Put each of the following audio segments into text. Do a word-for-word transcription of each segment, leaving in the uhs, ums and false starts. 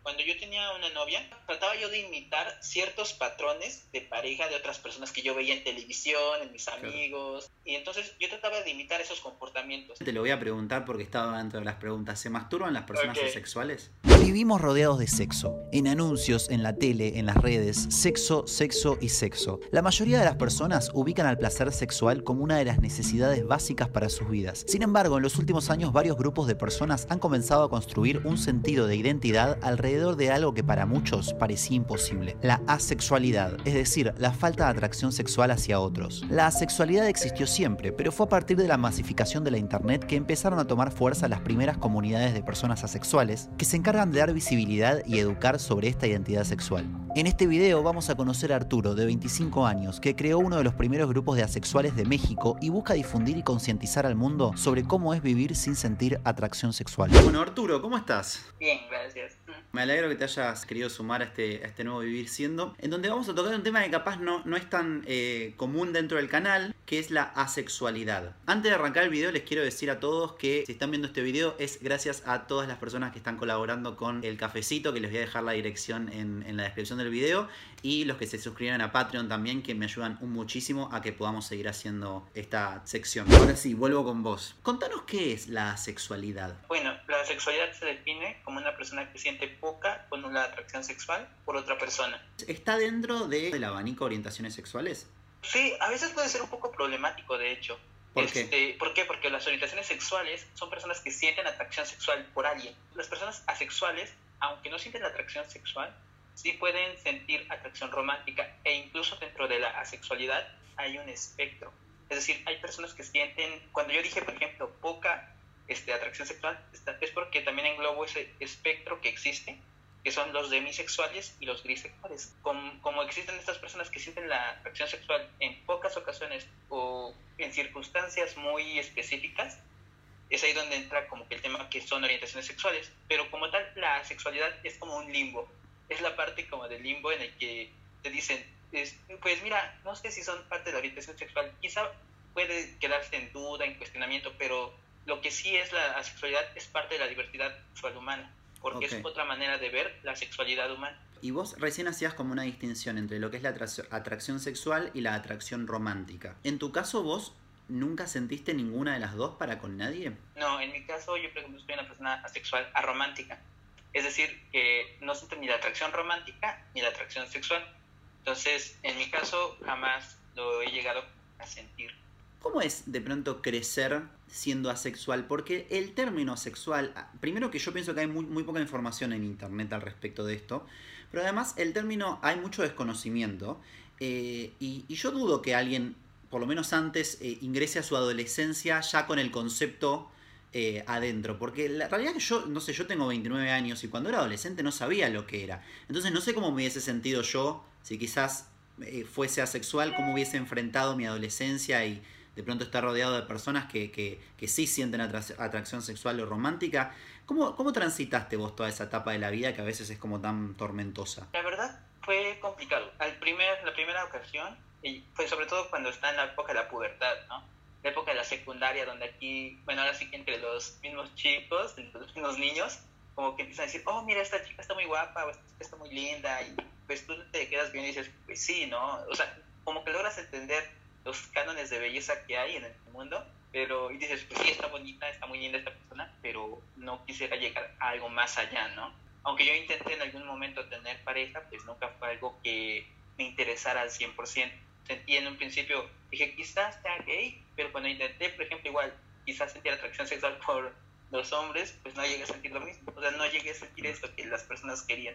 cuando yo tenía una novia, trataba yo de imitar ciertos patrones de pareja de otras personas que yo veía en televisión, en mis amigos, claro. Y entonces yo trataba de imitar esos comportamientos. Te lo voy a preguntar porque estaba dentro de las preguntas. ¿Se masturban las personas okay. asexuales? Vivimos rodeados de sexo, en anuncios, en la tele, en las redes, sexo, sexo y sexo. La mayoría de las personas ubican al placer sexual como una de las necesidades básicas para sus vidas. Sin embargo, en los últimos años varios grupos de personas han comenzado a construir un sentido de identidad alrededor de algo que para muchos parecía imposible: la asexualidad, es decir, la falta de atracción sexual hacia otros. La asexualidad existió siempre, pero fue a partir de la masificación de la internet que empezaron a tomar fuerza las primeras comunidades de personas asexuales que se encargan de dar visibilidad y educar sobre esta identidad sexual. En este video vamos a conocer a Arturo, de veinticinco años, que creó uno de los primeros grupos de asexuales de México y busca difundir y concientizar al mundo sobre cómo es vivir sin sentir atracción sexual. Bueno, Arturo, ¿cómo estás? Bien, gracias. Me alegro que te hayas querido sumar a este, a este nuevo Vivir Siendo, en donde vamos a tocar un tema que capaz no, no es tan eh, común dentro del canal, que es la asexualidad. Antes de arrancar el video les quiero decir a todos que si están viendo este video es gracias a todas las personas que están colaborando con el cafecito, que les voy a dejar la dirección en, en la descripción del video, y los que se suscriben a Patreon también, que me ayudan un muchísimo a que podamos seguir haciendo esta sección. Ahora sí, vuelvo con vos. Contanos qué es la asexualidad. Bueno, la sexualidad se define como una persona que siente poca o nula atracción sexual por otra persona. ¿Está dentro de, del abanico de orientaciones sexuales? Sí, a veces puede ser un poco problemático, de hecho. ¿Por este, qué? ¿Por qué? Porque las orientaciones sexuales son personas que sienten atracción sexual por alguien. Las personas asexuales, aunque no sienten atracción sexual, sí pueden sentir atracción romántica, e incluso dentro de la asexualidad hay un espectro. Es decir, hay personas que sienten, cuando yo dije, por ejemplo, poca este, atracción sexual, es porque también englobo ese espectro que existe, que son los demisexuales y los grisexuales. Como, como existen estas personas que sienten la atracción sexual en pocas ocasiones o en circunstancias muy específicas, es ahí donde entra como que el tema que son orientaciones sexuales. Pero como tal, la sexualidad es como un limbo. Es la parte como del limbo en el que te dicen, es, pues mira, no sé si son parte de la orientación sexual, quizá puede quedarse en duda, en cuestionamiento, pero lo que sí es la asexualidad es parte de la diversidad sexual humana, porque okay. es otra manera de ver la sexualidad humana. Y vos recién hacías como una distinción entre lo que es la atracción sexual y la atracción romántica. En tu caso, ¿vos nunca sentiste ninguna de las dos para con nadie? No, en mi caso yo, por ejemplo, soy una persona asexual aromántica. Es decir, que no siento ni la atracción romántica ni la atracción sexual. Entonces, en mi caso, jamás lo he llegado a sentir. ¿Cómo es de pronto crecer siendo asexual? Porque el término sexual, primero que yo pienso que hay muy, muy poca información en internet al respecto de esto, pero además el término, hay mucho desconocimiento, eh, y, y yo dudo que alguien, por lo menos antes, eh, ingrese a su adolescencia ya con el concepto Eh, adentro, porque la realidad es que yo, no sé, yo tengo veintinueve años y cuando era adolescente no sabía lo que era, entonces no sé cómo me hubiese sentido yo si quizás eh, fuese asexual, cómo hubiese enfrentado mi adolescencia y de pronto estar rodeado de personas que, que, que sí sienten atra atracción sexual o romántica. ¿Cómo, ¿Cómo transitaste vos toda esa etapa de la vida que a veces es como tan tormentosa? La verdad fue complicado. Al primer, la primera ocasión, y fue sobre todo cuando está en la época de la pubertad, ¿no? La época de la secundaria, donde aquí, bueno, ahora sí que entre los mismos chicos, entre los mismos niños, como que empiezan a decir, oh, mira, esta chica está muy guapa, o esta chica está muy linda, y pues tú te quedas bien y dices, pues sí, ¿no? O sea, como que logras entender los cánones de belleza que hay en el mundo, pero, y dices, pues sí, está bonita, está muy linda esta persona, pero no quisiera llegar a algo más allá, ¿no? Aunque yo intenté en algún momento tener pareja, pues nunca fue algo que me interesara al cien por ciento. Sentí en un principio, dije, quizás sea gay, pero cuando intenté, por ejemplo, igual, quizás sentir atracción sexual por los hombres, pues no llegué a sentir lo mismo. O sea, no llegué a sentir esto que las personas querían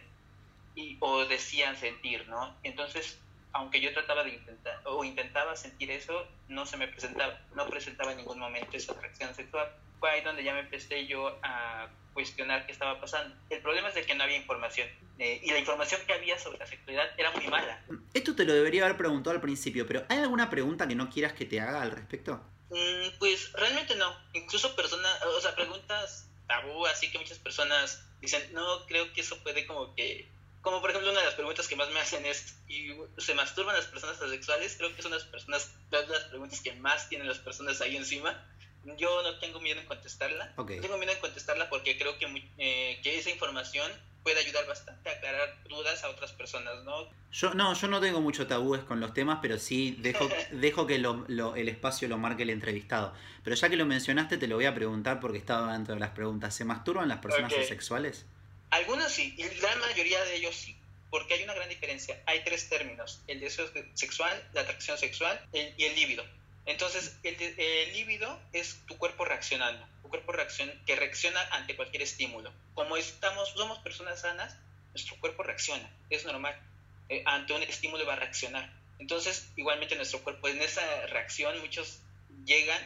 y, o decían sentir, ¿no? Entonces, aunque yo trataba de intentar, o intentaba sentir eso, no se me presentaba, no presentaba en ningún momento esa atracción sexual. Fue ahí donde ya me empecé yo a cuestionar qué estaba pasando. El problema es de que no había información, eh, y la información que había sobre la sexualidad era muy mala. Esto te lo debería haber preguntado al principio, pero ¿hay alguna pregunta que no quieras que te haga al respecto? Mm, pues realmente no. Incluso personas, o sea, preguntas tabú, así que muchas personas dicen, no, creo que eso puede como que... Como por ejemplo una de las preguntas que más me hacen es, ¿y se masturban las personas asexuales? Creo que son las personas, las, las preguntas que más tienen las personas ahí encima. Yo no tengo miedo en contestarla. Okay. No tengo miedo en contestarla porque creo que, eh, que esa información puede ayudar bastante a aclarar dudas a otras personas, ¿no? Yo no, yo no tengo mucho tabúes con los temas, pero sí dejo, dejo que lo, lo, el espacio lo marque el entrevistado. Pero ya que lo mencionaste, te lo voy a preguntar porque estaba dentro de las preguntas. ¿Se masturban las personas Okay. asexuales? Algunos sí, y la gran mayoría de ellos sí, porque hay una gran diferencia. Hay tres términos: el deseo sexual, la atracción sexual el, y el líbido. Entonces, el, el líbido es tu cuerpo reaccionando, tu cuerpo reaccion, que reacciona ante cualquier estímulo. Como estamos, somos personas sanas, nuestro cuerpo reacciona, es normal. Eh, ante un estímulo va a reaccionar. Entonces, igualmente nuestro cuerpo, en esa reacción, muchos llegan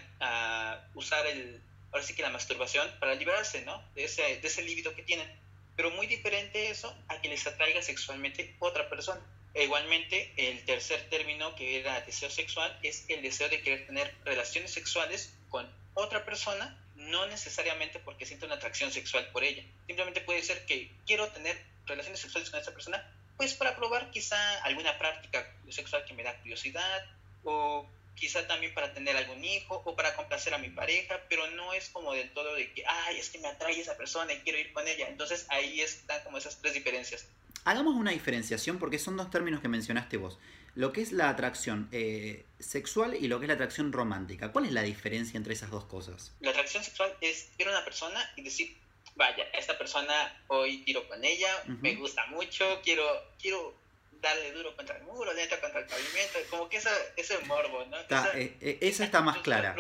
a usar el, ahora sí que la masturbación para librarse, ¿no? De ese, de ese líbido que tienen. Pero muy diferente eso a que les atraiga sexualmente otra persona. E igualmente, el tercer término, que era deseo sexual, es el deseo de querer tener relaciones sexuales con otra persona, no necesariamente porque sienta una atracción sexual por ella. Simplemente puede ser que quiero tener relaciones sexuales con esta persona, pues para probar quizá alguna práctica sexual que me da curiosidad, o quizá también para tener algún hijo, o para complacer a mi pareja, pero no es como del todo de que, ay, es que me atrae esa persona y quiero ir con ella. Entonces ahí están como esas tres diferencias. Hagamos una diferenciación porque son dos términos que mencionaste vos. Lo que es la atracción eh, sexual y lo que es la atracción romántica. ¿Cuál es la diferencia entre esas dos cosas? La atracción sexual es ver a una persona y decir, vaya, esta persona hoy tiro con ella, uh-huh. me gusta mucho, quiero, quiero darle duro contra el muro, lenta contra el pavimento, como que esa, ese morbo, ¿no? Está, esa, eh, eh, esa está más clara.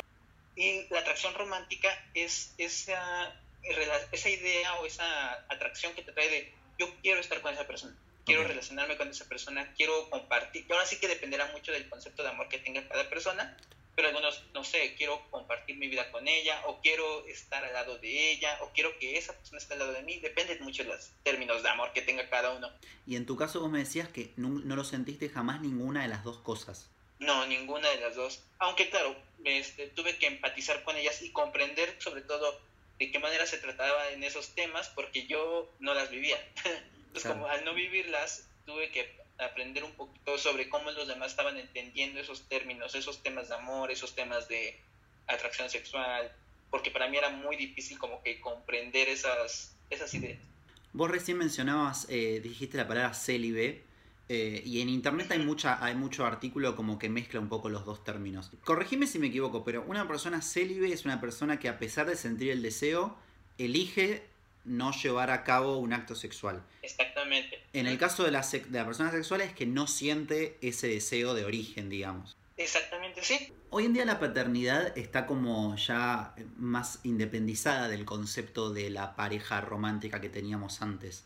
Y la atracción romántica es esa, esa idea o esa atracción que te trae de yo quiero estar con esa persona, quiero okay. relacionarme con esa persona, quiero compartir. Y ahora sí que dependerá mucho del concepto de amor que tenga cada persona, pero algunos, no sé, quiero compartir mi vida con ella, o quiero estar al lado de ella, o quiero que esa persona esté al lado de mí. Depende mucho de los términos de amor que tenga cada uno. Y en tu caso vos me decías que no, no lo sentiste jamás ninguna de las dos cosas. No, ninguna de las dos. Aunque claro, este, tuve que empatizar con ellas y comprender sobre todo de qué manera se trataba en esos temas, porque yo no las vivía. Entonces, claro. como al no vivirlas, tuve que aprender un poquito sobre cómo los demás estaban entendiendo esos términos, esos temas de amor, esos temas de atracción sexual, porque para mí era muy difícil como que comprender esas, esas ideas. Vos recién mencionabas, eh, dijiste la palabra célibe, eh, y en internet hay mucha hay mucho artículo como que mezcla un poco los dos términos. Corregime si me equivoco, pero una persona célibe es una persona que a pesar de sentir el deseo, elige no llevar a cabo un acto sexual. Exactamente. En el caso de la, de la persona sexual es que no siente ese deseo de origen, digamos. Exactamente, sí. Hoy en día la paternidad está como ya más independizada del concepto de la pareja romántica que teníamos antes.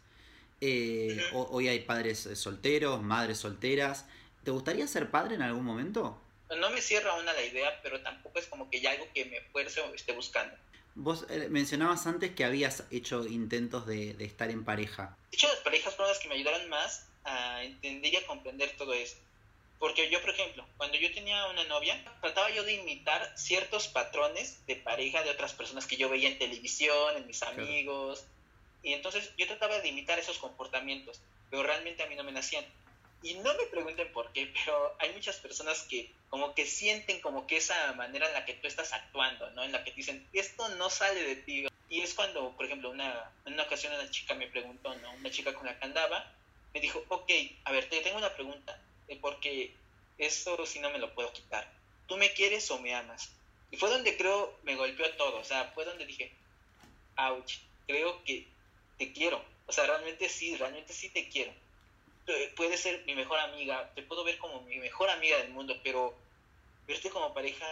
Eh, uh-huh. Hoy hay padres solteros, madres solteras. ¿Te gustaría ser padre en algún momento? No me cierra aún a la idea, pero tampoco es como que ya algo que me fuerce o esté buscando. Vos eh, mencionabas antes que habías hecho intentos de, de estar en pareja. De hecho, las parejas fueron las que me ayudaron más a entender y a comprender todo esto. Porque yo, por ejemplo, cuando yo tenía una novia, trataba yo de imitar ciertos patrones de pareja de otras personas que yo veía en televisión, en mis amigos. Claro. Y entonces yo trataba de imitar esos comportamientos, pero realmente a mí no me nacían. Y no me pregunten por qué, pero hay muchas personas que como que sienten como que esa manera en la que tú estás actuando, ¿no? En la que te dicen, esto no sale de ti. Y es cuando, por ejemplo, una, en una ocasión una chica me preguntó, ¿no? Una chica con la que andaba, me dijo, ok, a ver, te tengo una pregunta, porque eso sí no me lo puedo quitar. ¿Tú me quieres o me amas? Y fue donde creo me golpeó todo, o sea, fue donde dije, ouch, creo que te quiero. O sea, realmente sí, realmente sí te quiero. Puedes ser mi mejor amiga, te puedo ver como mi mejor amiga del mundo, pero verte como pareja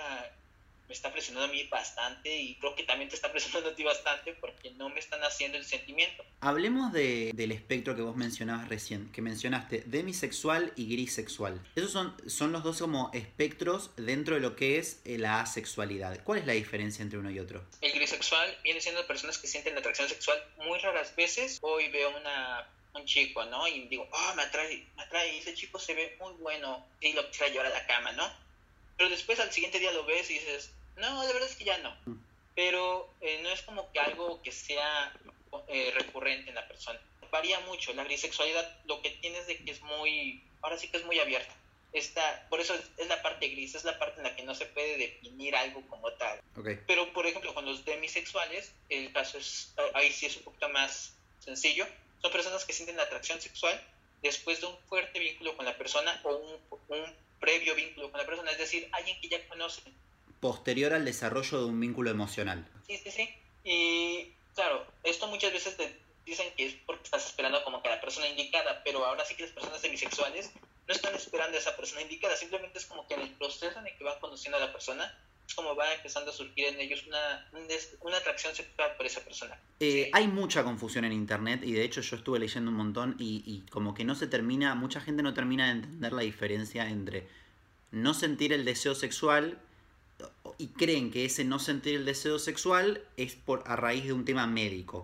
me está presionando a mí bastante y creo que también te está presionando a ti bastante porque no me están haciendo el sentimiento. Hablemos de, del espectro que vos mencionabas recién, que mencionaste demisexual y grisexual. Esos son, son los dos como espectros dentro de lo que es la asexualidad. ¿Cuál es la diferencia entre uno y otro? El grisexual viene siendo personas que sienten la atracción sexual muy raras veces. Hoy veo una... un chico, ¿no? Y digo, oh, me atrae, me atrae, ese chico se ve muy bueno y lo quisiera llevar a la cama, ¿no? Pero después al siguiente día lo ves y dices, no, la verdad es que ya no. Pero eh, no es como que algo que sea eh, recurrente en la persona. Varía mucho. La grisexualidad lo que tiene es de que es muy, ahora sí que es muy abierta. Está, por eso es, es la parte gris, es la parte en la que no se puede definir algo como tal. Okay. Pero, por ejemplo, con los demisexuales, el caso es, ahí sí es un poquito más sencillo. son personas que sienten atracción sexual después de un fuerte vínculo con la persona o un, un previo vínculo con la persona, es decir, alguien que ya conoce. Posterior al desarrollo de un vínculo emocional. Sí, sí, sí. Y claro, esto muchas veces te dicen que es porque estás esperando como que a la persona indicada, pero ahora sí que las personas demisexuales no están esperando a esa persona indicada, simplemente es como que en el proceso en el que van conociendo a la persona, es como va empezando a surgir en ellos una, una atracción sexual por esa persona. Eh, Sí. Hay mucha confusión en internet y de hecho yo estuve leyendo un montón y, y como que no se termina, mucha gente no termina de entender la diferencia entre no sentir el deseo sexual y creen que ese no sentir el deseo sexual es por a raíz de un tema médico.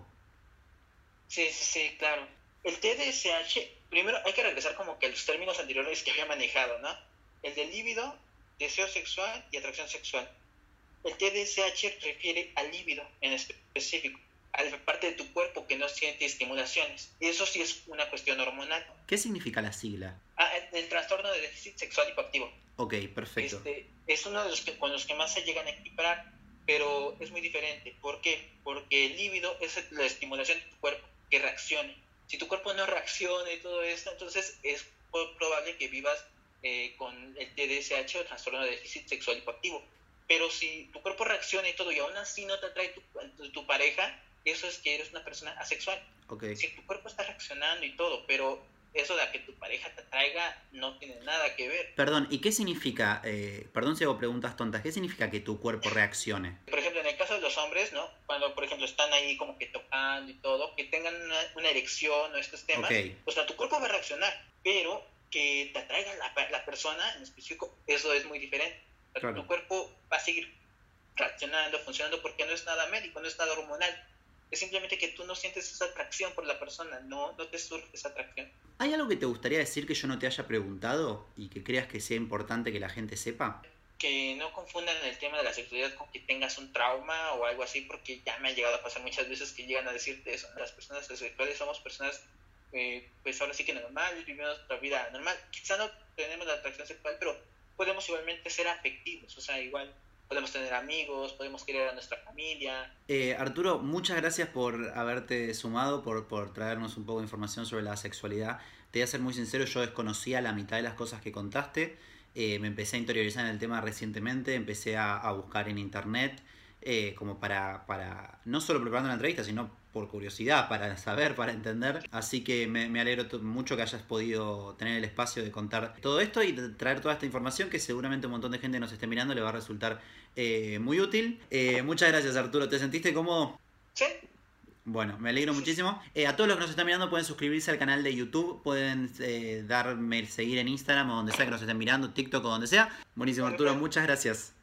Sí, sí, sí, claro. El T D S H, primero hay que regresar como que a los términos anteriores que había manejado, ¿no? El de líbido, deseo sexual y atracción sexual. El T D S H refiere al líbido en específico, a la parte de tu cuerpo que no siente estimulaciones. Y eso sí es una cuestión hormonal. ¿Qué significa la sigla? Ah, el, el trastorno de déficit sexual hipoactivo. Ok, perfecto. Este, es uno de los que, con los que más se llegan a equiparar, pero es muy diferente. ¿Por qué? Porque el líbido es la estimulación de tu cuerpo, que reaccione. Si tu cuerpo no reacciona y todo esto, entonces es probable que vivas eh, con el T D S H o trastorno de déficit sexual hipoactivo. Pero si tu cuerpo reacciona y todo y aún así no te atrae tu, tu, tu pareja, eso es que eres una persona asexual. Okay. Si tu cuerpo está reaccionando y todo, pero eso de que tu pareja te atraiga no tiene nada que ver. Perdón, ¿y qué significa, eh, perdón si hago preguntas tontas, qué significa que tu cuerpo reaccione? Por ejemplo, en el caso de los hombres, ¿no? Cuando, por ejemplo, están ahí como que tocando y todo, que tengan una, una erección o estos temas, Okay. O sea, tu cuerpo va a reaccionar, pero que te atraiga la, la persona en específico, eso es muy diferente. O sea, claro. Tu cuerpo va a seguir reaccionando, funcionando, porque no es nada médico, no es nada hormonal. Es simplemente que tú no sientes esa atracción por la persona, no, no te surge esa atracción. ¿Hay algo que te gustaría decir que yo no te haya preguntado y que creas que sea importante que la gente sepa? Que no confundan el tema de la sexualidad con que tengas un trauma o algo así, porque ya me ha llegado a pasar muchas veces que llegan a decirte eso. Las personas sexuales somos personas, eh, pues ahora sí que normales, vivimos nuestra vida normal. Quizá no tenemos la atracción sexual, pero podemos igualmente ser afectivos, o sea, igual podemos tener amigos, podemos querer a nuestra familia. Eh, Arturo, muchas gracias por haberte sumado, por, por traernos un poco de información sobre la sexualidad. Te voy a ser muy sincero, yo desconocía la mitad de las cosas que contaste. Eh, me empecé a interiorizar en el tema recientemente, empecé a, a buscar en internet, eh, como para, para, no solo preparando la entrevista, sino por curiosidad, para saber, para entender. Así que me, me alegro mucho que hayas podido tener el espacio de contar todo esto y de traer toda esta información que seguramente un montón de gente nos esté mirando le va a resultar eh, muy útil. Eh, muchas gracias, Arturo. ¿Te sentiste cómodo? Sí. Bueno, me alegro muchísimo. Eh, a todos los que nos están mirando pueden suscribirse al canal de YouTube, pueden eh, darme seguir en Instagram o donde sea que nos estén mirando, TikTok o donde sea. Buenísimo, Arturo, muchas gracias.